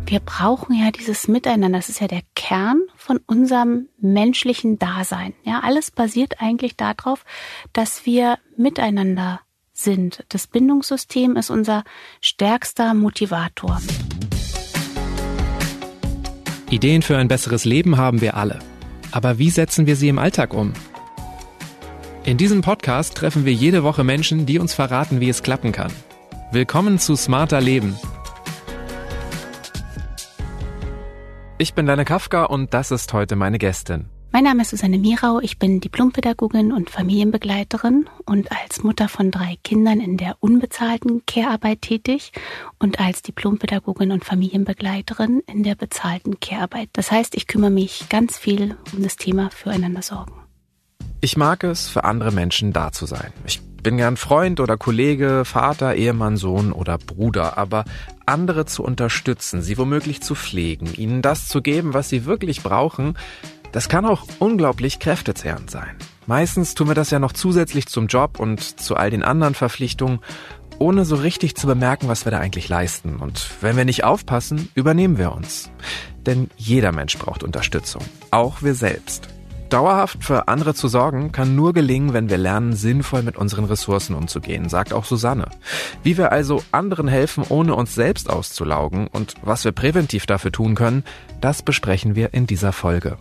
wir brauchen ja dieses Miteinander. Das ist ja der Kern von unserem menschlichen Dasein. Ja, alles basiert eigentlich darauf, dass wir miteinander sind. Das Bindungssystem ist unser stärkster Motivator. Ideen für ein besseres Leben haben wir alle. Aber wie setzen wir sie im Alltag um? In diesem Podcast treffen wir jede Woche Menschen, die uns verraten, wie es klappen kann. Willkommen zu Smarter Leben. Ich bin Lenne Kafka und das ist heute meine Gästin. Mein Name ist Susanne Mirau, ich bin Diplompädagogin und Familienbegleiterin und als Mutter von 3 Kindern in der unbezahlten Care-Arbeit tätig und als Diplompädagogin und Familienbegleiterin in der bezahlten Care-Arbeit. Das heißt, ich kümmere mich ganz viel um das Thema Füreinander sorgen. Ich mag es, für andere Menschen da zu sein. Ich bin gern Freund oder Kollege, Vater, Ehemann, Sohn oder Bruder, aber andere zu unterstützen, sie womöglich zu pflegen, ihnen das zu geben, was sie wirklich brauchen, das kann auch unglaublich kräftezehrend sein. Meistens tun wir das ja noch zusätzlich zum Job und zu all den anderen Verpflichtungen, ohne so richtig zu bemerken, was wir da eigentlich leisten. Und wenn wir nicht aufpassen, übernehmen wir uns. Denn jeder Mensch braucht Unterstützung, auch wir selbst. Dauerhaft für andere zu sorgen, kann nur gelingen, wenn wir lernen, sinnvoll mit unseren Ressourcen umzugehen, sagt auch Susanne. Wie wir also anderen helfen, ohne uns selbst auszulaugen und was wir präventiv dafür tun können, das besprechen wir in dieser Folge.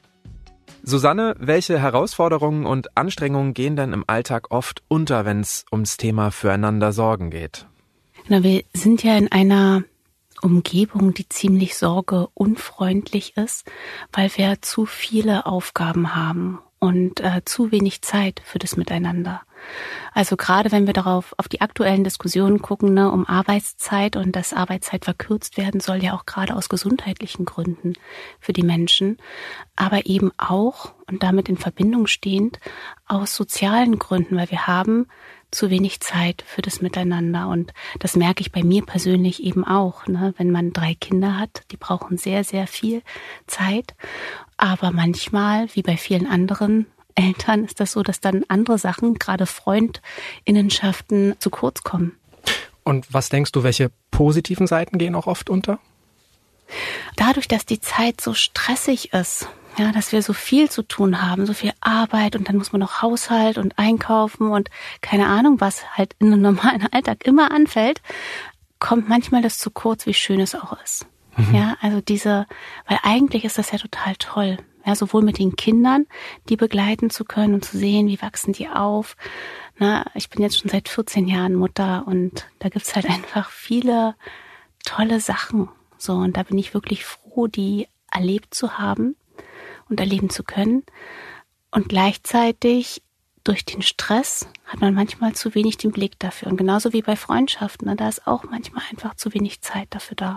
Susanne, welche Herausforderungen und Anstrengungen gehen denn im Alltag oft unter, wenn es ums Thema Füreinander sorgen geht? Na, wir sind ja in einer Umgebung, die ziemlich sorgeunfreundlich ist, weil wir zu viele Aufgaben haben und zu wenig Zeit für das Miteinander. Also gerade wenn wir auf die aktuellen Diskussionen gucken, um Arbeitszeit und dass Arbeitszeit verkürzt werden soll, ja auch gerade aus gesundheitlichen Gründen für die Menschen, aber eben auch und damit in Verbindung stehend aus sozialen Gründen, weil wir haben zu wenig Zeit für das Miteinander und das merke ich bei mir persönlich eben auch, wenn man 3 Kinder hat, die brauchen sehr, sehr viel Zeit, aber manchmal, wie bei vielen anderen Eltern, ist das so, dass dann andere Sachen, gerade Freundinnenschaften, zu kurz kommen. Und was denkst du, welche positiven Seiten gehen auch oft unter? Dadurch, dass die Zeit so stressig ist, ja, dass wir so viel zu tun haben, so viel Arbeit und dann muss man noch Haushalt und einkaufen und keine Ahnung, was halt in einem normalen Alltag immer anfällt, kommt manchmal das zu kurz, wie schön es auch ist. Ja, also weil eigentlich ist das ja total toll, ja, sowohl mit den Kindern, die begleiten zu können und zu sehen, wie wachsen die auf. Ich bin jetzt schon seit 14 Jahren Mutter und da gibt's halt einfach viele tolle Sachen. So, und da bin ich wirklich froh, die erlebt zu haben und erleben zu können. Und gleichzeitig durch den Stress hat man manchmal zu wenig den Blick dafür. Und genauso wie bei Freundschaften, da ist auch manchmal einfach zu wenig Zeit dafür da.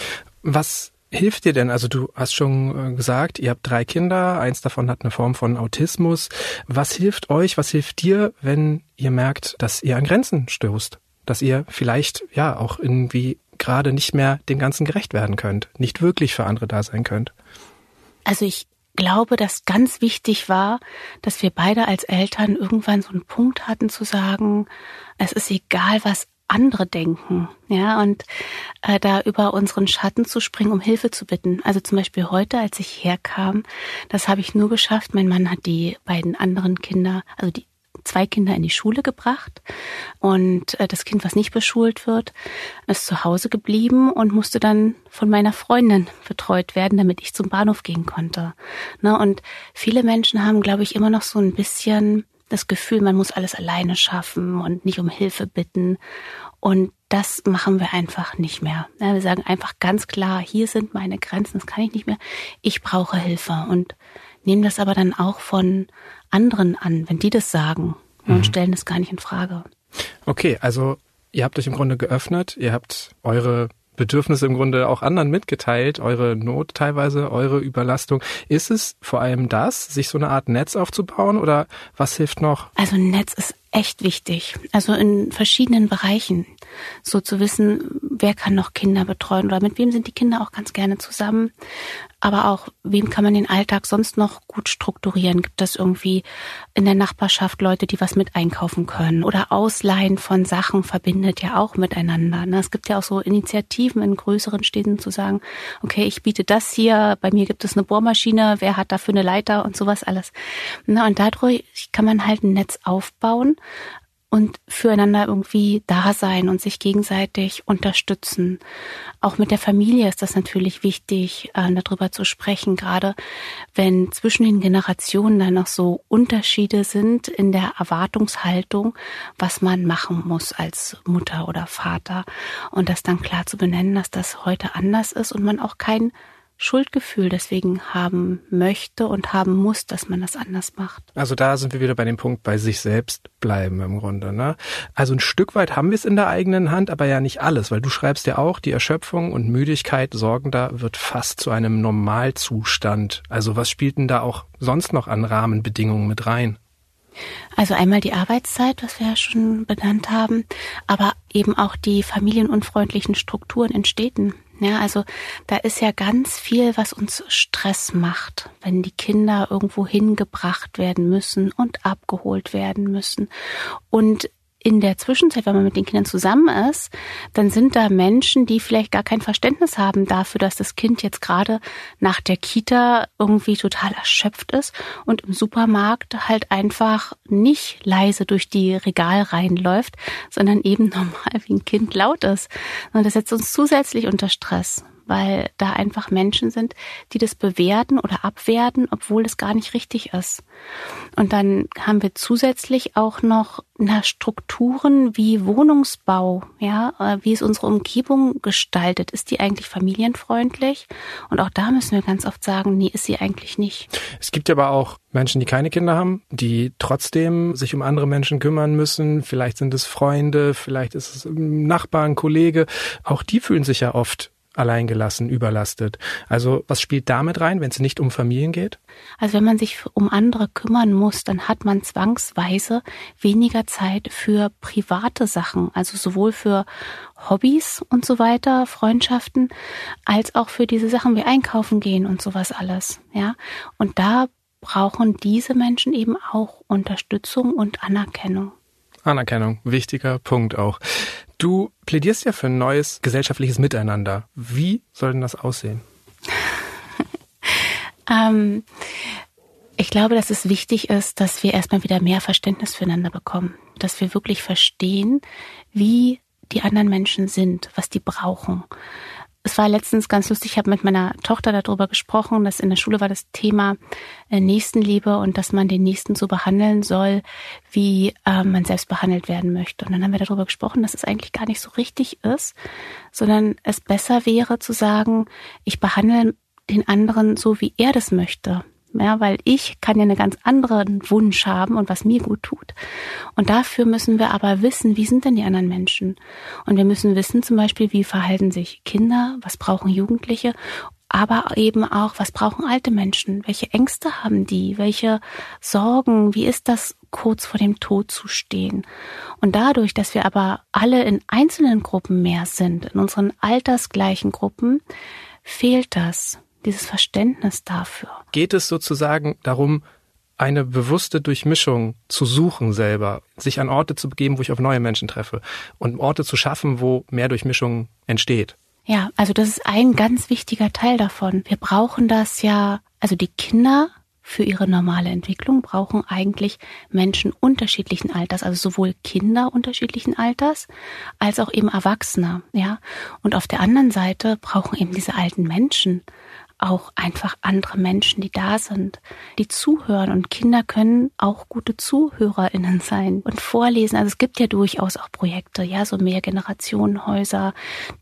Was hilft dir denn? Also du hast schon gesagt, ihr habt 3 Kinder, 1 davon hat eine Form von Autismus. Was hilft euch, was hilft dir, wenn ihr merkt, dass ihr an Grenzen stößt? Dass ihr vielleicht ja auch irgendwie gerade nicht mehr dem Ganzen gerecht werden könnt, nicht wirklich für andere da sein könnt? Also ich glaube, dass ganz wichtig war, dass wir beide als Eltern irgendwann so einen Punkt hatten zu sagen, es ist egal, was andere denken, ja, und da über unseren Schatten zu springen, um Hilfe zu bitten. Also zum Beispiel heute, als ich herkam, das habe ich nur geschafft. Mein Mann hat die beiden anderen Kinder, also die 2 Kinder in die Schule gebracht und das Kind, was nicht beschult wird, ist zu Hause geblieben und musste dann von meiner Freundin betreut werden, damit ich zum Bahnhof gehen konnte. Und viele Menschen haben, glaube ich, immer noch so ein bisschen das Gefühl, man muss alles alleine schaffen und nicht um Hilfe bitten. Und das machen wir einfach nicht mehr. Ja, wir sagen einfach ganz klar, hier sind meine Grenzen, das kann ich nicht mehr. Ich brauche Hilfe und nehmen das aber dann auch von anderen an, wenn die das sagen und stellen das gar nicht in Frage. Okay, also ihr habt euch im Grunde geöffnet, ihr habt eure Bedürfnisse im Grunde auch anderen mitgeteilt, eure Not teilweise, eure Überlastung. Ist es vor allem das, sich so eine Art Netz aufzubauen oder was hilft noch? Also ein Netz ist echt wichtig, also in verschiedenen Bereichen. So zu wissen, wer kann noch Kinder betreuen oder mit wem sind die Kinder auch ganz gerne zusammen. Aber auch, wem kann man den Alltag sonst noch gut strukturieren? Gibt es irgendwie in der Nachbarschaft Leute, die was mit einkaufen können? Oder Ausleihen von Sachen verbindet ja auch miteinander. Es gibt ja auch so Initiativen in größeren Städten zu sagen, okay, ich biete das hier, bei mir gibt es eine Bohrmaschine, wer hat dafür eine Leiter und sowas alles. Und dadurch kann man halt ein Netz aufbauen und füreinander irgendwie da sein und sich gegenseitig unterstützen. Auch mit der Familie ist das natürlich wichtig, darüber zu sprechen, gerade wenn zwischen den Generationen dann noch so Unterschiede sind in der Erwartungshaltung, was man machen muss als Mutter oder Vater. Und das dann klar zu benennen, dass das heute anders ist und man auch kein Schuldgefühl deswegen haben möchte und haben muss, dass man das anders macht. Also da sind wir wieder bei dem Punkt, bei sich selbst bleiben im Grunde, ne? Also ein Stück weit haben wir es in der eigenen Hand, aber ja nicht alles, weil du schreibst ja auch, die Erschöpfung und Müdigkeit Sorgender wird fast zu einem Normalzustand. Also was spielt denn da auch sonst noch an Rahmenbedingungen mit rein? Also einmal die Arbeitszeit, was wir ja schon benannt haben, aber eben auch die familienunfreundlichen Strukturen in Städten. Ja, also da ist ja ganz viel, was uns Stress macht, wenn die Kinder irgendwo hingebracht werden müssen und abgeholt werden müssen. Und in der Zwischenzeit, wenn man mit den Kindern zusammen ist, dann sind da Menschen, die vielleicht gar kein Verständnis haben dafür, dass das Kind jetzt gerade nach der Kita irgendwie total erschöpft ist und im Supermarkt halt einfach nicht leise durch die Regalreihen läuft, sondern eben normal wie ein Kind laut ist. Und das setzt uns zusätzlich unter Stress, weil da einfach Menschen sind, die das bewerten oder abwerten, obwohl es gar nicht richtig ist. Und dann haben wir zusätzlich auch noch Strukturen wie Wohnungsbau, ja, wie ist unsere Umgebung gestaltet? Ist die eigentlich familienfreundlich? Und auch da müssen wir ganz oft sagen, nee, ist sie eigentlich nicht. Es gibt aber auch Menschen, die keine Kinder haben, die trotzdem sich um andere Menschen kümmern müssen. Vielleicht sind es Freunde, vielleicht ist es ein Nachbar, ein Kollege. Auch die fühlen sich ja oft alleingelassen, überlastet. Also was spielt damit rein, wenn es nicht um Familien geht? Also wenn man sich um andere kümmern muss, dann hat man zwangsweise weniger Zeit für private Sachen, also sowohl für Hobbys und so weiter, Freundschaften, als auch für diese Sachen wie Einkaufen gehen und sowas alles. Ja, und da brauchen diese Menschen eben auch Unterstützung und Anerkennung. Anerkennung, wichtiger Punkt auch. Du plädierst ja für ein neues gesellschaftliches Miteinander. Wie soll denn das aussehen? Ich glaube, dass es wichtig ist, dass wir erstmal wieder mehr Verständnis füreinander bekommen. Dass wir wirklich verstehen, wie die anderen Menschen sind, was die brauchen. Es war letztens ganz lustig, ich habe mit meiner Tochter darüber gesprochen, dass in der Schule war das Thema Nächstenliebe und dass man den Nächsten so behandeln soll, wie man selbst behandelt werden möchte. Und dann haben wir darüber gesprochen, dass es eigentlich gar nicht so richtig ist, sondern es besser wäre zu sagen, ich behandle den anderen so, wie er das möchte. Ja, weil ich kann ja einen ganz anderen Wunsch haben und was mir gut tut. Und dafür müssen wir aber wissen, wie sind denn die anderen Menschen? Und wir müssen wissen zum Beispiel, wie verhalten sich Kinder, was brauchen Jugendliche, aber eben auch, was brauchen alte Menschen? Welche Ängste haben die? Welche Sorgen? Wie ist das, kurz vor dem Tod zu stehen? Und dadurch, dass wir aber alle in einzelnen Gruppen mehr sind, in unseren altersgleichen Gruppen, fehlt das. Dieses Verständnis dafür. Geht es sozusagen darum, eine bewusste Durchmischung zu suchen selber, sich an Orte zu begeben, wo ich auf neue Menschen treffe und Orte zu schaffen, wo mehr Durchmischung entsteht? Ja, also das ist ein ganz wichtiger Teil davon. Wir brauchen das ja, also die Kinder für ihre normale Entwicklung brauchen eigentlich Menschen unterschiedlichen Alters, also sowohl Kinder unterschiedlichen Alters als auch eben Erwachsene, ja. Und auf der anderen Seite brauchen eben diese alten Menschen auch einfach andere Menschen, die da sind, die zuhören. Und Kinder können auch gute ZuhörerInnen sein und vorlesen. Also es gibt ja durchaus auch Projekte, ja, so Mehrgenerationenhäuser,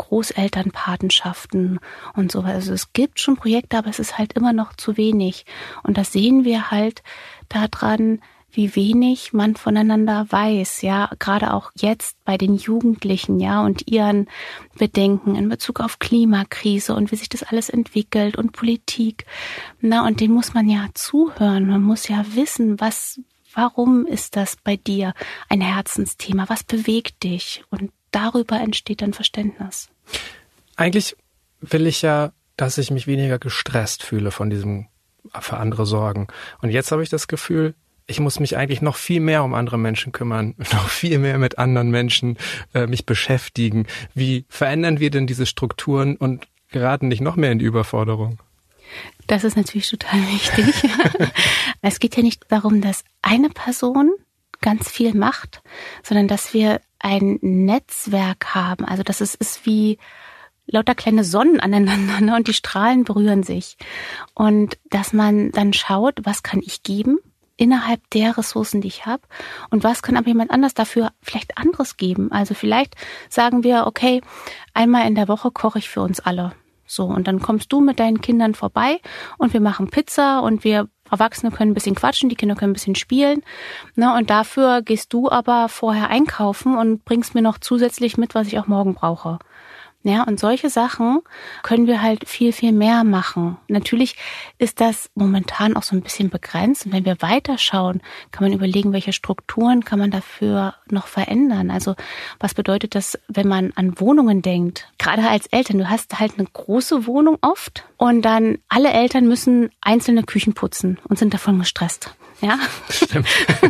Großelternpatenschaften und so. Also es gibt schon Projekte, aber es ist halt immer noch zu wenig. Und das sehen wir halt daran, wie wenig man voneinander weiß, ja, gerade auch jetzt bei den Jugendlichen, ja, und ihren Bedenken in Bezug auf Klimakrise und wie sich das alles entwickelt und Politik. Und denen muss man ja zuhören, man muss ja wissen, warum ist das bei dir ein Herzensthema, was bewegt dich? Und darüber entsteht dann Verständnis. Eigentlich will ich ja, dass ich mich weniger gestresst fühle von diesem für andere Sorgen. Und jetzt habe ich das Gefühl, ich muss mich eigentlich noch viel mehr um andere Menschen kümmern, noch viel mehr mit anderen Menschen mich beschäftigen. Wie verändern wir denn diese Strukturen und geraten nicht noch mehr in die Überforderung? Das ist natürlich total wichtig. Es geht ja nicht darum, dass eine Person ganz viel macht, sondern dass wir ein Netzwerk haben. Also dass es ist wie lauter kleine Sonnen aneinander, ne? Und die Strahlen berühren sich. Und dass man dann schaut, was kann ich geben innerhalb der Ressourcen, die ich habe, und was kann aber jemand anders dafür vielleicht anderes geben. Also vielleicht sagen wir, okay, einmal in der Woche koche ich für uns alle. So, und dann kommst du mit deinen Kindern vorbei und wir machen Pizza und wir Erwachsene können ein bisschen quatschen, die Kinder können ein bisschen spielen. Ne, und dafür gehst du aber vorher einkaufen und bringst mir noch zusätzlich mit, was ich auch morgen brauche. Ja, und solche Sachen können wir halt viel, viel mehr machen. Natürlich ist das momentan auch so ein bisschen begrenzt. Und wenn wir weiterschauen, kann man überlegen, welche Strukturen kann man dafür noch verändern. Also was bedeutet das, wenn man an Wohnungen denkt? Gerade als Eltern, du hast halt eine große Wohnung oft und dann alle Eltern müssen einzelne Küchen putzen und sind davon gestresst. Ja, Stimmt.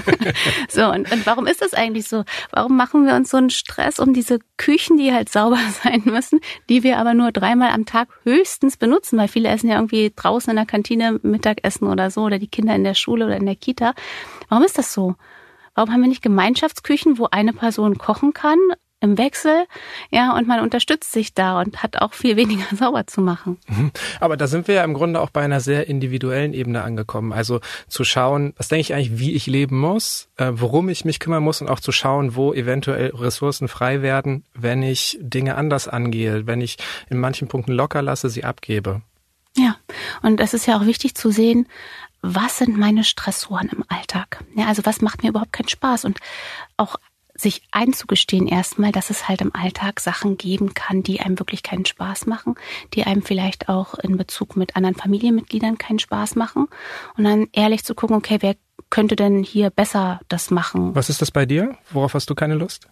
so, und warum ist das eigentlich so? Warum machen wir uns so einen Stress um diese Küchen, die halt sauber sein müssen, die wir aber nur 3-mal am Tag höchstens benutzen, weil viele essen ja irgendwie draußen in der Kantine Mittagessen oder so oder die Kinder in der Schule oder in der Kita. Warum ist das so? Warum haben wir nicht Gemeinschaftsküchen, wo eine Person kochen kann im Wechsel, ja, und man unterstützt sich da und hat auch viel weniger sauber zu machen. Aber da sind wir ja im Grunde auch bei einer sehr individuellen Ebene angekommen. Also zu schauen, was denke ich eigentlich, wie ich leben muss, worum ich mich kümmern muss und auch zu schauen, wo eventuell Ressourcen frei werden, wenn ich Dinge anders angehe, wenn ich in manchen Punkten locker lasse, sie abgebe. Ja, und es ist ja auch wichtig zu sehen, was sind meine Stressoren im Alltag? Ja, also was macht mir überhaupt keinen Spaß? Und auch sich einzugestehen erstmal, dass es halt im Alltag Sachen geben kann, die einem wirklich keinen Spaß machen, die einem vielleicht auch in Bezug mit anderen Familienmitgliedern keinen Spaß machen. Und dann ehrlich zu gucken, okay, wer könnte denn hier besser das machen? Was ist das bei dir? Worauf hast du keine Lust?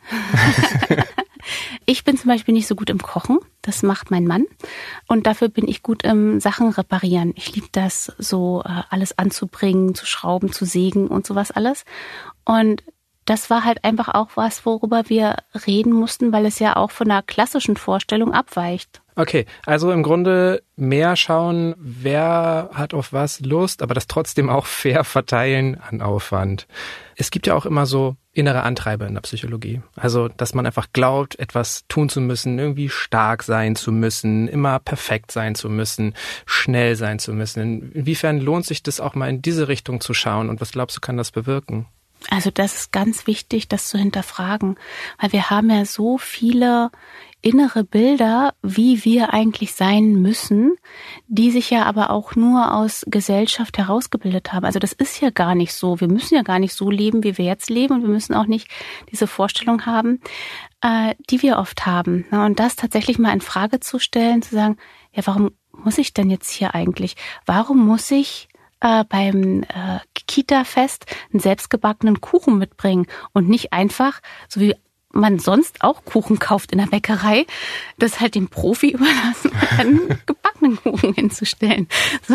Ich bin zum Beispiel nicht so gut im Kochen. Das macht mein Mann. Und dafür bin ich gut im Sachen reparieren. Ich liebe das, so alles anzubringen, zu schrauben, zu sägen und sowas alles. Und das war halt einfach auch was, worüber wir reden mussten, weil es ja auch von der klassischen Vorstellung abweicht. Okay, also im Grunde mehr schauen, wer hat auf was Lust, aber das trotzdem auch fair verteilen an Aufwand. Es gibt ja auch immer so innere Antreiber in der Psychologie. Also, dass man einfach glaubt, etwas tun zu müssen, irgendwie stark sein zu müssen, immer perfekt sein zu müssen, schnell sein zu müssen. Inwiefern lohnt sich das auch mal in diese Richtung zu schauen und was glaubst du, kann das bewirken? Also das ist ganz wichtig, das zu hinterfragen, weil wir haben ja so viele innere Bilder, wie wir eigentlich sein müssen, die sich ja aber auch nur aus Gesellschaft herausgebildet haben. Also das ist ja gar nicht so. Wir müssen ja gar nicht so leben, wie wir jetzt leben, und wir müssen auch nicht diese Vorstellung haben, die wir oft haben. Und das tatsächlich mal in Frage zu stellen, zu sagen, ja, warum muss ich denn jetzt hier eigentlich? Warum muss ich beim Kita-Fest einen selbstgebackenen Kuchen mitbringen und nicht einfach, so wie man sonst auch Kuchen kauft in der Bäckerei, das halt dem Profi überlassen, einen gebackenen Kuchen hinzustellen. So.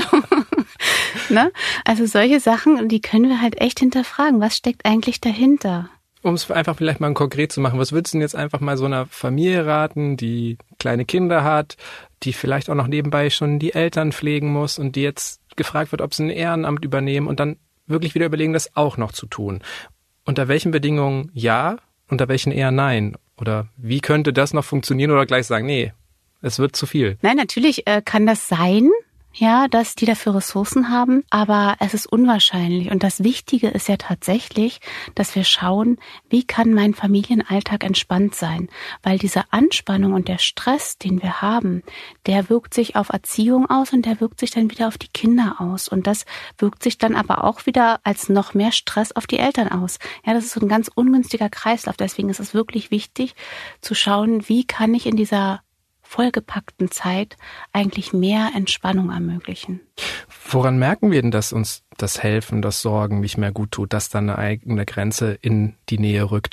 Ne? Also solche Sachen, die können wir halt echt hinterfragen. Was steckt eigentlich dahinter? Um es einfach vielleicht mal konkret zu machen, was würdest du denn jetzt einfach mal so einer Familie raten, die kleine Kinder hat, die vielleicht auch noch nebenbei schon die Eltern pflegen muss und die jetzt gefragt wird, ob sie ein Ehrenamt übernehmen und dann wirklich wieder überlegen, das auch noch zu tun? Unter welchen Bedingungen ja, unter welchen eher nein? Oder wie könnte das noch funktionieren oder gleich sagen, nee, es wird zu viel? Nein, natürlich kann das sein, ja, dass die dafür Ressourcen haben, aber es ist unwahrscheinlich. Und das Wichtige ist ja tatsächlich, dass wir schauen, wie kann mein Familienalltag entspannt sein? Weil diese Anspannung und der Stress, den wir haben, der wirkt sich auf Erziehung aus und der wirkt sich dann wieder auf die Kinder aus. Und das wirkt sich dann aber auch wieder als noch mehr Stress auf die Eltern aus. Ja, das ist so ein ganz ungünstiger Kreislauf. Deswegen ist es wirklich wichtig zu schauen, wie kann ich in dieser vollgepackten Zeit eigentlich mehr Entspannung ermöglichen. Woran merken wir denn, dass uns das Helfen, das Sorgen nicht mehr gut tut, dass dann eine eigene Grenze in die Nähe rückt?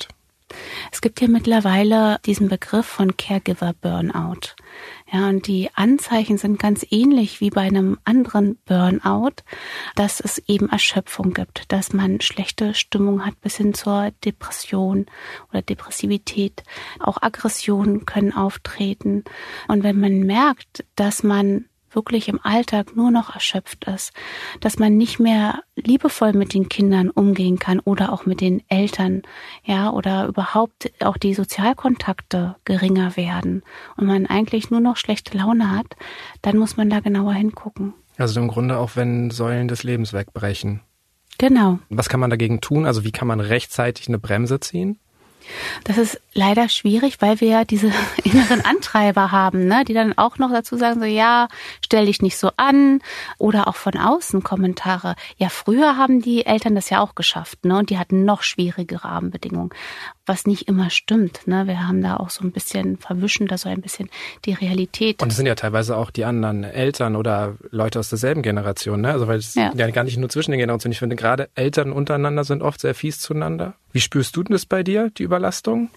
Es gibt ja mittlerweile diesen Begriff von Caregiver Burnout. Ja, und die Anzeichen sind ganz ähnlich wie bei einem anderen Burnout, dass es eben Erschöpfung gibt, dass man schlechte Stimmung hat bis hin zur Depression oder Depressivität. Auch Aggressionen können auftreten. Und wenn man merkt, dass man wirklich im Alltag nur noch erschöpft ist, dass man nicht mehr liebevoll mit den Kindern umgehen kann oder auch mit den Eltern, ja, oder überhaupt auch die Sozialkontakte geringer werden und man eigentlich nur noch schlechte Laune hat, dann muss man da genauer hingucken. Also im Grunde auch, wenn Säulen des Lebens wegbrechen. Genau. Was kann man dagegen tun? Also wie kann man rechtzeitig eine Bremse ziehen? Das ist leider schwierig, weil wir ja diese inneren Antreiber haben, ne, die dann auch noch dazu sagen, so ja, stell dich nicht so an, oder auch von außen Kommentare. Ja, früher haben die Eltern das ja auch geschafft, ne, und die hatten noch schwierigere Rahmenbedingungen, was nicht immer stimmt, ne. Wir haben da auch so ein bisschen verwischen, da so ein bisschen die Realität. Und es sind ja teilweise auch die anderen Eltern oder Leute aus derselben Generation, ne, also weil es ja gar nicht nur zwischen den Generationen. Ich finde, gerade Eltern untereinander sind oft sehr fies zueinander. Wie spürst du denn das bei dir, die Überlastung?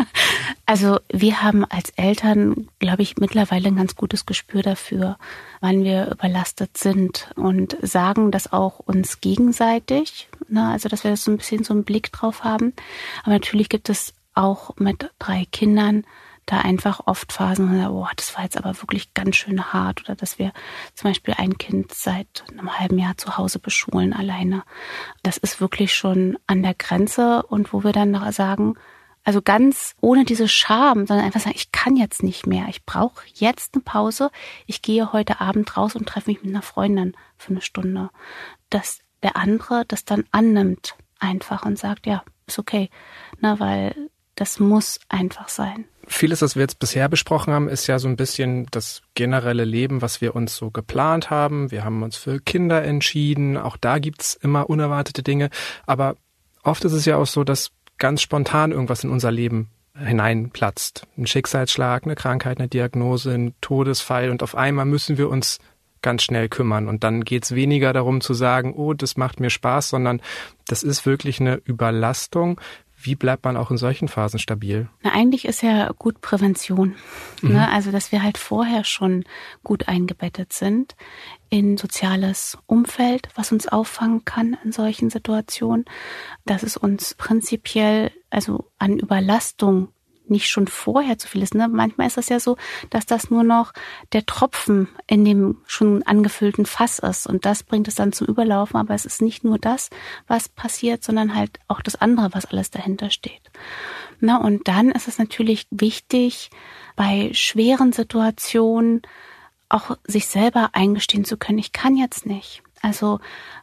Also wir haben als Eltern, glaube ich, mittlerweile ein ganz gutes Gespür dafür, wann wir überlastet sind und sagen das auch uns gegenseitig, ne? Also dass wir das so ein bisschen so einen Blick drauf haben. Aber natürlich gibt es auch mit 3 Kindern da einfach oft Phasen, wo wir sagen, oh, das war jetzt aber wirklich ganz schön hart. Oder dass wir zum Beispiel ein Kind seit einem halben Jahr zu Hause beschulen alleine. Das ist wirklich schon an der Grenze und wo wir dann noch sagen, also ganz ohne diese Scham, sondern einfach sagen, ich kann jetzt nicht mehr. Ich brauche jetzt eine Pause. Ich gehe heute Abend raus und treffe mich mit einer Freundin für eine Stunde. Dass der andere das dann annimmt einfach und sagt, ja, ist okay. Na, weil das muss einfach sein. Vieles, was wir jetzt bisher besprochen haben, ist ja so ein bisschen das generelle Leben, was wir uns so geplant haben. Wir haben uns für Kinder entschieden. Auch da gibt's immer unerwartete Dinge. Aber oft ist es ja auch so, dass ganz spontan irgendwas in unser Leben hineinplatzt. Ein Schicksalsschlag, eine Krankheit, eine Diagnose, ein Todesfall. Und auf einmal müssen wir uns ganz schnell kümmern. Und dann geht's weniger darum zu sagen, oh, das macht mir Spaß, sondern das ist wirklich eine Überlastung. Wie bleibt man auch in solchen Phasen stabil? Na, eigentlich ist ja gut Prävention. Ne? Also, dass wir halt vorher schon gut eingebettet sind in soziales Umfeld, was uns auffangen kann in solchen Situationen. Dass es uns prinzipiell, also an Überlastung nicht schon vorher zu viel ist. Ne? Manchmal ist das ja so, dass das nur noch der Tropfen in dem schon angefüllten Fass ist und das bringt es dann zum Überlaufen, aber es ist nicht nur das, was passiert, sondern halt auch das andere, was alles dahinter steht. Na, und dann ist es natürlich wichtig, bei schweren Situationen auch sich selber eingestehen zu können, ich kann jetzt nicht. Also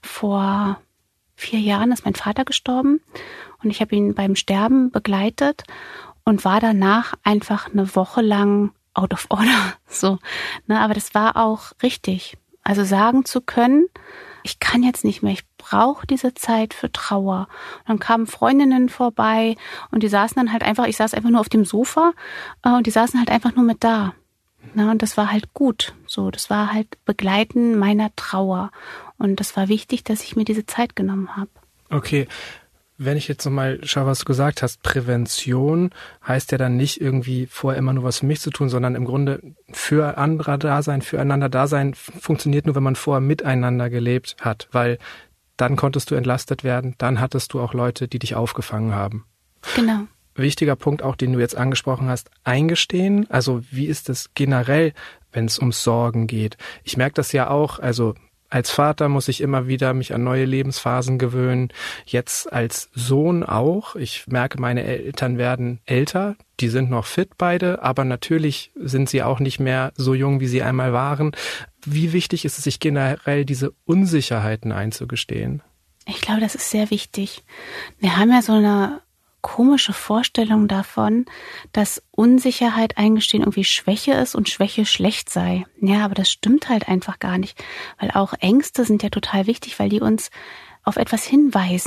vor 4 Jahren ist mein Vater gestorben und ich habe ihn beim Sterben begleitet und war danach einfach eine Woche lang out of order, so. Ne, aber das war auch richtig. Also sagen zu können, ich kann jetzt nicht mehr, ich brauche diese Zeit für Trauer. Und dann kamen Freundinnen vorbei und die saßen dann halt einfach, ich saß einfach nur auf dem Sofa und die saßen halt einfach nur mit da. Na, und das war halt gut. So, das war halt Begleiten meiner Trauer. Und das war wichtig, dass ich mir diese Zeit genommen habe. Okay. Wenn ich jetzt nochmal schaue, was du gesagt hast, Prävention heißt ja dann nicht irgendwie vorher immer nur was für mich zu tun, sondern im Grunde für andere da sein, füreinander da sein, funktioniert nur, wenn man vorher miteinander gelebt hat, weil dann konntest du entlastet werden, dann hattest du auch Leute, die dich aufgefangen haben. Genau. Wichtiger Punkt auch, den du jetzt angesprochen hast, eingestehen. Also wie ist es generell, wenn es ums Sorgen geht? Ich merke das ja auch, also als Vater muss ich immer wieder mich an neue Lebensphasen gewöhnen. Jetzt als Sohn auch. Ich merke, meine Eltern werden älter. Die sind noch fit beide, aber natürlich sind sie auch nicht mehr so jung, wie sie einmal waren. Wie wichtig ist es, sich generell diese Unsicherheiten einzugestehen? Ich glaube, das ist sehr wichtig. Wir haben ja so eine komische Vorstellung davon, dass Unsicherheit eingestehen irgendwie Schwäche ist und Schwäche schlecht sei. Ja, aber das stimmt halt einfach gar nicht, weil auch Ängste sind ja total wichtig, weil die uns auf etwas hinweisen.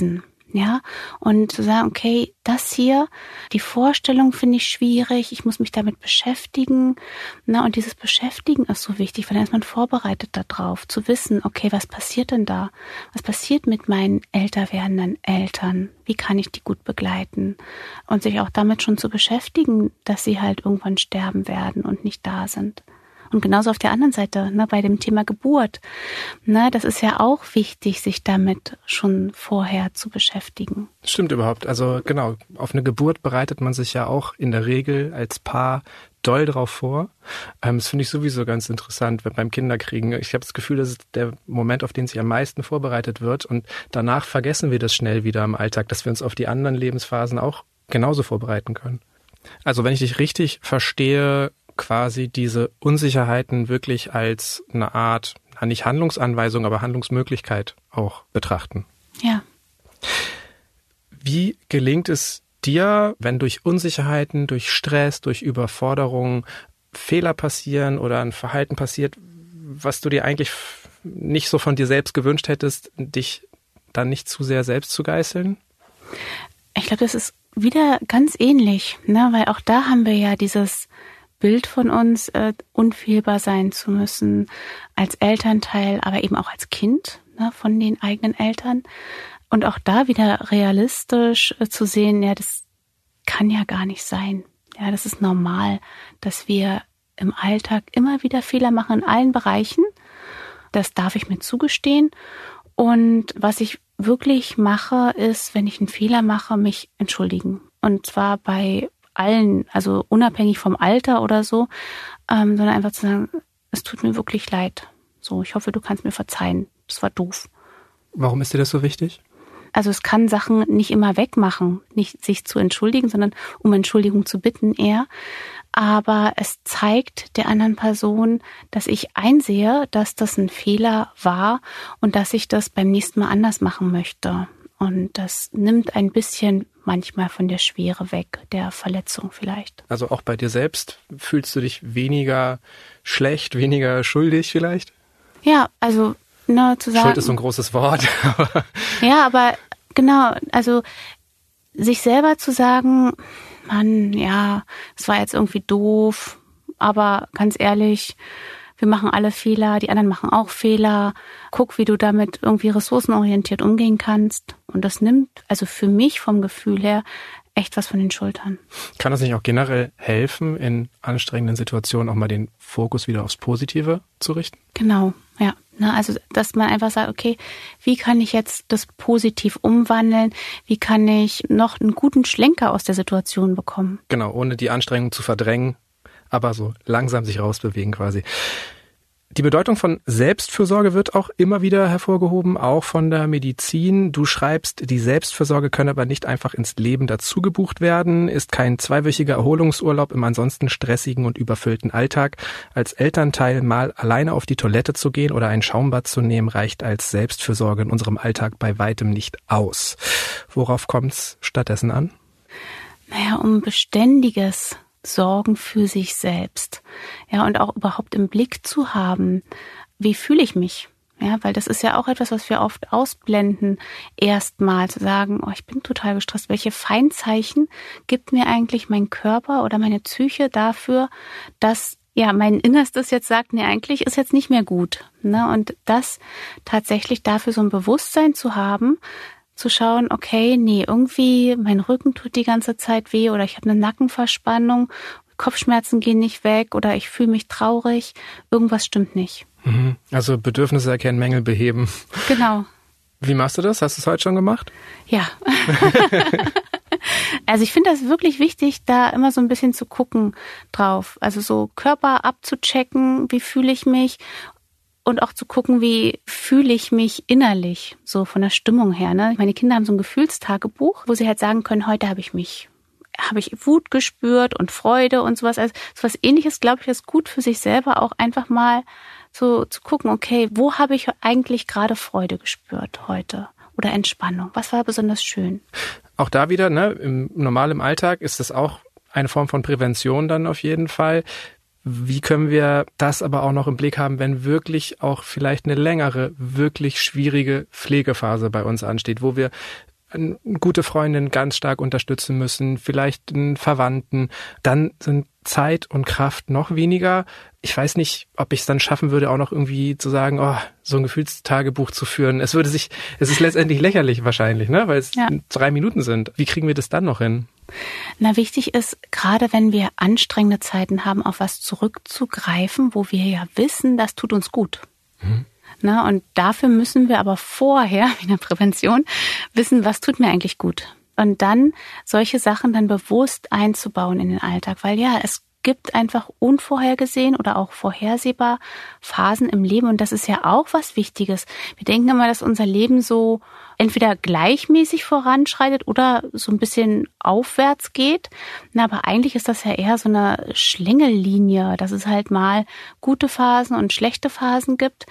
Ja, und zu sagen, okay, das hier, die Vorstellung finde ich schwierig, ich muss mich damit beschäftigen. Na, und dieses Beschäftigen ist so wichtig, weil dann ist man vorbereitet darauf, zu wissen, okay, was passiert denn da? Was passiert mit meinen älter werdenden Eltern? Wie kann ich die gut begleiten? Und sich auch damit schon zu beschäftigen, dass sie halt irgendwann sterben werden und nicht da sind. Und genauso auf der anderen Seite, ne, bei dem Thema Geburt, ne, das ist ja auch wichtig, sich damit schon vorher zu beschäftigen. Stimmt überhaupt. Also genau, auf eine Geburt bereitet man sich ja auch in der Regel als Paar doll drauf vor. Das finde ich sowieso ganz interessant beim Kinderkriegen. Ich habe das Gefühl, das ist der Moment, auf den sich am meisten vorbereitet wird. Und danach vergessen wir das schnell wieder im Alltag, dass wir uns auf die anderen Lebensphasen auch genauso vorbereiten können. Also wenn ich dich richtig verstehe, quasi diese Unsicherheiten wirklich als eine Art, nicht Handlungsanweisung, aber Handlungsmöglichkeit auch betrachten. Ja. Wie gelingt es dir, wenn durch Unsicherheiten, durch Stress, durch Überforderung Fehler passieren oder ein Verhalten passiert, was du dir eigentlich nicht so von dir selbst gewünscht hättest, dich dann nicht zu sehr selbst zu geißeln? Ich glaube, das ist wieder ganz ähnlich, ne? Weil auch da haben wir ja dieses Bild von uns, unfehlbar sein zu müssen als Elternteil, aber eben auch als Kind, ne, von den eigenen Eltern. Und auch da wieder realistisch zu sehen, ja, das kann ja gar nicht sein. Ja, das ist normal, dass wir im Alltag immer wieder Fehler machen in allen Bereichen. Das darf ich mir zugestehen. Und was ich wirklich mache, ist, wenn ich einen Fehler mache, mich entschuldigen. Und zwar bei allen, also unabhängig vom Alter oder so, sondern einfach zu sagen, es tut mir wirklich leid. So, ich hoffe, du kannst mir verzeihen. Das war doof. Warum ist dir das so wichtig? Also es kann Sachen nicht immer wegmachen, nicht sich zu entschuldigen, sondern um Entschuldigung zu bitten eher. Aber es zeigt der anderen Person, dass ich einsehe, dass das ein Fehler war und dass ich das beim nächsten Mal anders machen möchte. Und das nimmt ein bisschen manchmal von der Schwere weg, der Verletzung vielleicht. Also auch bei dir selbst fühlst du dich weniger schlecht, weniger schuldig vielleicht? Ja, also zu sagen. Schuld ist so ein großes Wort. Ja, aber genau, also sich selber zu sagen, Mann, ja, es war jetzt irgendwie doof, aber ganz ehrlich, wir machen alle Fehler, die anderen machen auch Fehler. Guck, wie du damit irgendwie ressourcenorientiert umgehen kannst. Und das nimmt also für mich vom Gefühl her echt was von den Schultern. Kann das nicht auch generell helfen, in anstrengenden Situationen auch mal den Fokus wieder aufs Positive zu richten? Genau, ja. Also, dass man einfach sagt, okay, wie kann ich jetzt das positiv umwandeln? Wie kann ich noch einen guten Schlenker aus der Situation bekommen? Genau, ohne die Anstrengung zu verdrängen, aber so langsam sich rausbewegen quasi. Die Bedeutung von Selbstfürsorge wird auch immer wieder hervorgehoben, auch von der Medizin. Du schreibst, die Selbstfürsorge könne aber nicht einfach ins Leben dazu gebucht werden, ist kein 2-wöchiger Erholungsurlaub im ansonsten stressigen und überfüllten Alltag. Als Elternteil mal alleine auf die Toilette zu gehen oder ein Schaumbad zu nehmen, reicht als Selbstfürsorge in unserem Alltag bei weitem nicht aus. Worauf kommt's stattdessen an? Um beständiges Sorgen für sich selbst. Ja, und auch überhaupt im Blick zu haben, wie fühle ich mich? Ja, weil das ist ja auch etwas, was wir oft ausblenden, erstmal zu sagen, ich bin total gestresst. Welche Feinzeichen gibt mir eigentlich mein Körper oder meine Psyche dafür, dass mein Innerstes jetzt sagt, nee, eigentlich ist jetzt nicht mehr gut. Ne? Und das tatsächlich dafür so ein Bewusstsein zu haben, zu schauen, okay, nee, irgendwie mein Rücken tut die ganze Zeit weh oder ich habe eine Nackenverspannung, Kopfschmerzen gehen nicht weg oder ich fühle mich traurig, irgendwas stimmt nicht. Also Bedürfnisse erkennen, Mängel beheben. Genau. Wie machst du das? Hast du es heute schon gemacht? Ja. Also ich finde das wirklich wichtig, da immer so ein bisschen zu gucken drauf. Also so Körper abzuchecken, wie fühle ich mich? Und auch zu gucken, wie fühle ich mich innerlich, so von der Stimmung her. Ne? Meine Kinder haben so ein Gefühlstagebuch, wo sie halt sagen können, heute habe ich Wut gespürt und Freude und sowas. Also sowas Ähnliches, glaube ich, ist gut für sich selber auch einfach mal so zu gucken, okay, wo habe ich eigentlich gerade Freude gespürt heute oder Entspannung? Was war besonders schön? Auch da wieder, normal im Alltag ist das auch eine Form von Prävention dann auf jeden Fall. Wie können wir das aber auch noch im Blick haben, wenn wirklich auch vielleicht eine längere, wirklich schwierige Pflegephase bei uns ansteht, wo wir eine gute Freundin ganz stark unterstützen müssen, vielleicht einen Verwandten, dann sind Zeit und Kraft noch weniger. Ich weiß nicht, ob ich es dann schaffen würde, auch noch irgendwie zu sagen, so ein Gefühlstagebuch zu führen. Es ist letztendlich lächerlich wahrscheinlich, ne, weil es 3 Minuten sind. Wie kriegen wir das dann noch hin? Na, wichtig ist, gerade wenn wir anstrengende Zeiten haben, auf was zurückzugreifen, wo wir ja wissen, das tut uns gut. Na, und dafür müssen wir aber vorher, wie in der Prävention, wissen, was tut mir eigentlich gut. Und dann solche Sachen dann bewusst einzubauen in den Alltag. Weil es gibt einfach unvorhergesehen oder auch vorhersehbar Phasen im Leben. Und das ist ja auch was Wichtiges. Wir denken immer, dass unser Leben so entweder gleichmäßig voranschreitet oder so ein bisschen aufwärts geht. Na, aber eigentlich ist das ja eher so eine Schlängellinie, dass es halt mal gute Phasen und schlechte Phasen gibt.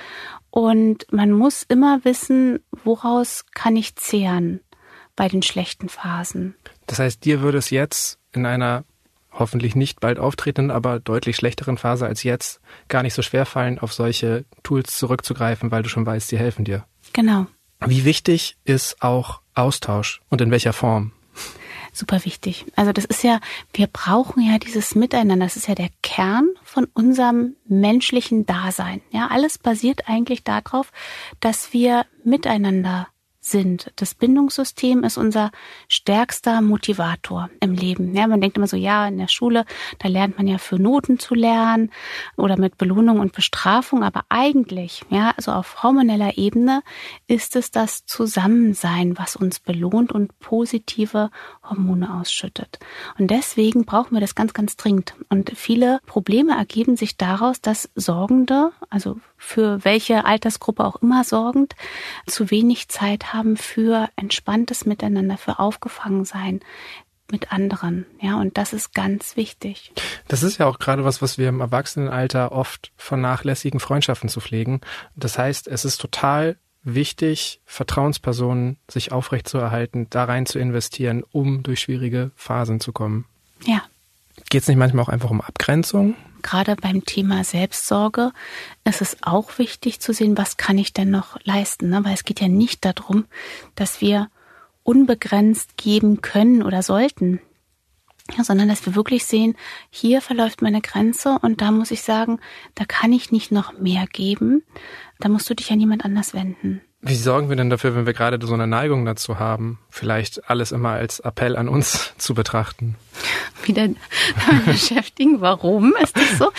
Und man muss immer wissen, woraus kann ich zehren bei den schlechten Phasen. Das heißt, dir würde es jetzt in einer hoffentlich nicht bald auftretenden, aber deutlich schlechteren Phase als jetzt gar nicht so schwer fallen, auf solche Tools zurückzugreifen, weil du schon weißt, die helfen dir. Genau. Wie wichtig ist auch Austausch und in welcher Form? Super wichtig. Also das ist ja, wir brauchen ja dieses Miteinander. Das ist ja der Kern von unserem menschlichen Dasein. Ja, alles basiert eigentlich darauf, dass wir miteinander sind. Das Bindungssystem ist unser stärkster Motivator im Leben. Ja, man denkt immer so, in der Schule, da lernt man ja für Noten zu lernen oder mit Belohnung und Bestrafung. Aber eigentlich, also auf hormoneller Ebene ist es das Zusammensein, was uns belohnt und positive Hormone ausschüttet. Und deswegen brauchen wir das ganz, ganz dringend. Und viele Probleme ergeben sich daraus, dass Sorgende, also für welche Altersgruppe auch immer sorgend, zu wenig Zeit haben für entspanntes Miteinander, für Aufgefangensein mit anderen. Ja, und das ist ganz wichtig. Das ist ja auch gerade was wir im Erwachsenenalter oft vernachlässigen, Freundschaften zu pflegen. Das heißt, es ist total wichtig, Vertrauenspersonen sich aufrechtzuerhalten, da rein zu investieren, um durch schwierige Phasen zu kommen. Ja. Geht es nicht manchmal auch einfach um Abgrenzung? Gerade beim Thema Selbstsorge ist es auch wichtig zu sehen, was kann ich denn noch leisten, ne? Weil es geht ja nicht darum, dass wir unbegrenzt geben können oder sollten, sondern dass wir wirklich sehen, hier verläuft meine Grenze und da muss ich sagen, da kann ich nicht noch mehr geben, da musst du dich an jemand anders wenden. Wie sorgen wir denn dafür, wenn wir gerade so eine Neigung dazu haben, vielleicht alles immer als Appell an uns zu betrachten? Wieder damit beschäftigen, warum ist das so?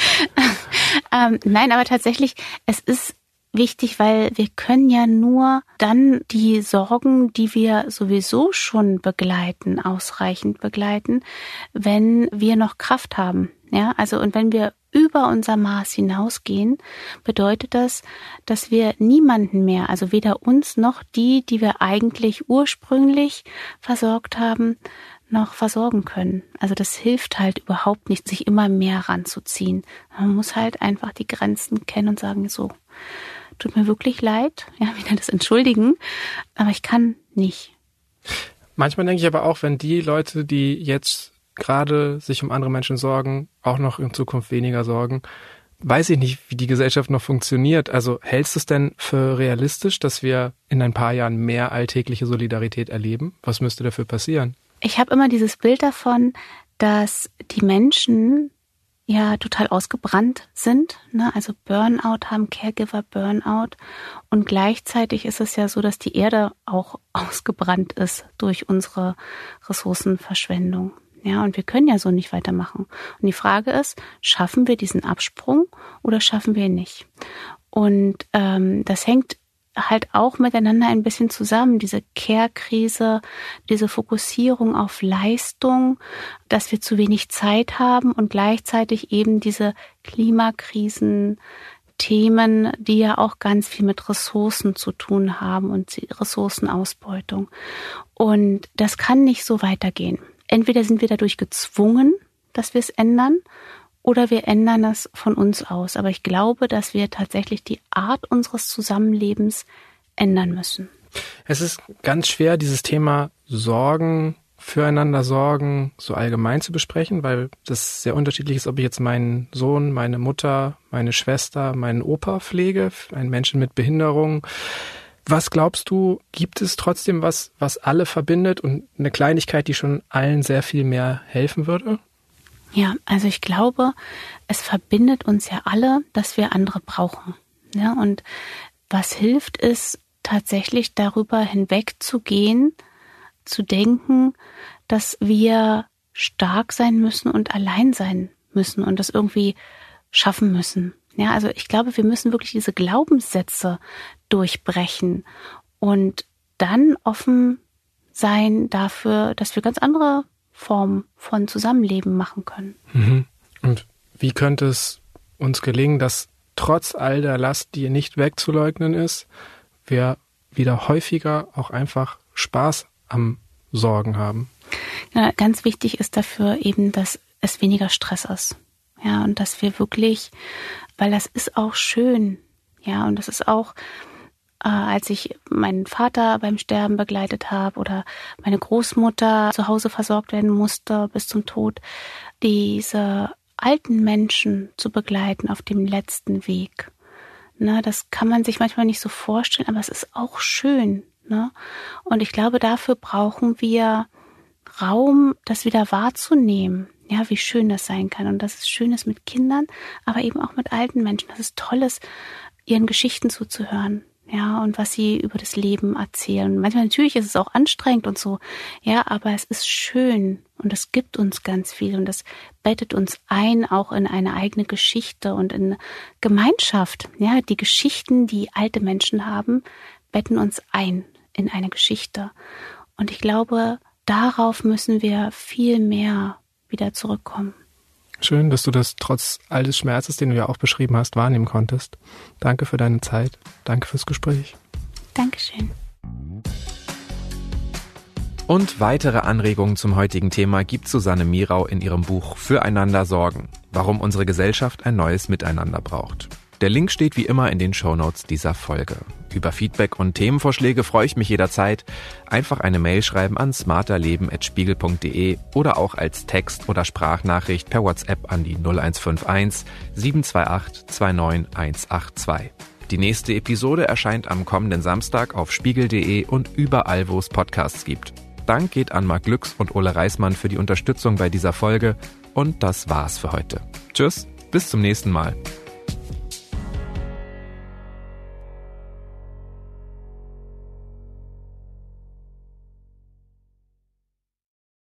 Nein, aber tatsächlich, es ist wichtig, weil wir können ja nur dann die Sorgen, die wir sowieso schon begleiten, ausreichend begleiten, wenn wir noch Kraft haben. Ja, also und wenn wir über unser Maß hinausgehen, bedeutet das, dass wir niemanden mehr, also weder uns noch die wir eigentlich ursprünglich versorgt haben, noch versorgen können. Also das hilft halt überhaupt nicht, sich immer mehr ranzuziehen. Man muss halt einfach die Grenzen kennen und sagen, so, tut mir wirklich leid, wieder das entschuldigen, aber ich kann nicht. Manchmal denke ich aber auch, wenn die Leute, die jetzt gerade sich um andere Menschen sorgen, auch noch in Zukunft weniger sorgen, weiß ich nicht, wie die Gesellschaft noch funktioniert. Also hältst du es denn für realistisch, dass wir in ein paar Jahren mehr alltägliche Solidarität erleben? Was müsste dafür passieren? Ich habe immer dieses Bild davon, dass die Menschen ja total ausgebrannt sind, ne? Also Burnout haben, Caregiver-Burnout. Und gleichzeitig ist es ja so, dass die Erde auch ausgebrannt ist durch unsere Ressourcenverschwendung. Ja, und wir können ja so nicht weitermachen. Und die Frage ist, schaffen wir diesen Absprung oder schaffen wir ihn nicht? Und das hängt halt auch miteinander ein bisschen zusammen, diese Care-Krise, diese Fokussierung auf Leistung, dass wir zu wenig Zeit haben und gleichzeitig eben diese Klimakrisen, Themen, die ja auch ganz viel mit Ressourcen zu tun haben und Ressourcenausbeutung. Und das kann nicht so weitergehen. Entweder sind wir dadurch gezwungen, dass wir es ändern, oder wir ändern es von uns aus. Aber ich glaube, dass wir tatsächlich die Art unseres Zusammenlebens ändern müssen. Es ist ganz schwer, dieses Thema Sorgen, füreinander sorgen, so allgemein zu besprechen, weil das sehr unterschiedlich ist, ob ich jetzt meinen Sohn, meine Mutter, meine Schwester, meinen Opa pflege, einen Menschen mit Behinderung. Was glaubst du, gibt es trotzdem was alle verbindet und eine Kleinigkeit, die schon allen sehr viel mehr helfen würde? Ja, also ich glaube, es verbindet uns ja alle, dass wir andere brauchen. Ja, und was hilft, ist tatsächlich darüber hinwegzugehen, zu denken, dass wir stark sein müssen und allein sein müssen und das irgendwie schaffen müssen. Ja, also ich glaube, wir müssen wirklich diese Glaubenssätze durchbrechen und dann offen sein dafür, dass wir ganz andere Formen von Zusammenleben machen können. Mhm. Und wie könnte es uns gelingen, dass trotz all der Last, die nicht wegzuleugnen ist, wir wieder häufiger auch einfach Spaß am Sorgen haben? Ja, ganz wichtig ist dafür eben, dass es weniger Stress ist. Ja, und dass wir wirklich, weil das ist auch schön, ja, und das ist auch, als ich meinen Vater beim Sterben begleitet habe oder meine Großmutter zu Hause versorgt werden musste bis zum Tod, diese alten Menschen zu begleiten auf dem letzten Weg. Ne, das kann man sich manchmal nicht so vorstellen, aber es ist auch schön. Ne? Und ich glaube, dafür brauchen wir Raum, das wieder wahrzunehmen. Ja, wie schön das sein kann. Und dass es schön ist mit Kindern, aber eben auch mit alten Menschen. Dass es toll ist, ihren Geschichten zuzuhören. Ja, und was sie über das Leben erzählen. Manchmal natürlich ist es auch anstrengend und so. Ja, aber es ist schön und es gibt uns ganz viel und es bettet uns ein, auch in eine eigene Geschichte und in Gemeinschaft. Ja, die Geschichten, die alte Menschen haben, betten uns ein in eine Geschichte. Und ich glaube, darauf müssen wir viel mehr wieder zurückkommen. Schön, dass du das trotz all des Schmerzes, den du ja auch beschrieben hast, wahrnehmen konntest. Danke für deine Zeit. Danke fürs Gespräch. Dankeschön. Und weitere Anregungen zum heutigen Thema gibt Susanne Mirau in ihrem Buch Füreinander sorgen, warum unsere Gesellschaft ein neues Miteinander braucht. Der Link steht wie immer in den Shownotes dieser Folge. Über Feedback und Themenvorschläge freue ich mich jederzeit. Einfach eine Mail schreiben an smarterleben@spiegel.de oder auch als Text- oder Sprachnachricht per WhatsApp an die 0151 728 29182. Die nächste Episode erscheint am kommenden Samstag auf spiegel.de und überall, wo es Podcasts gibt. Dank geht an Marc Glücks und Ole Reismann für die Unterstützung bei dieser Folge. Und das war's für heute. Tschüss, bis zum nächsten Mal.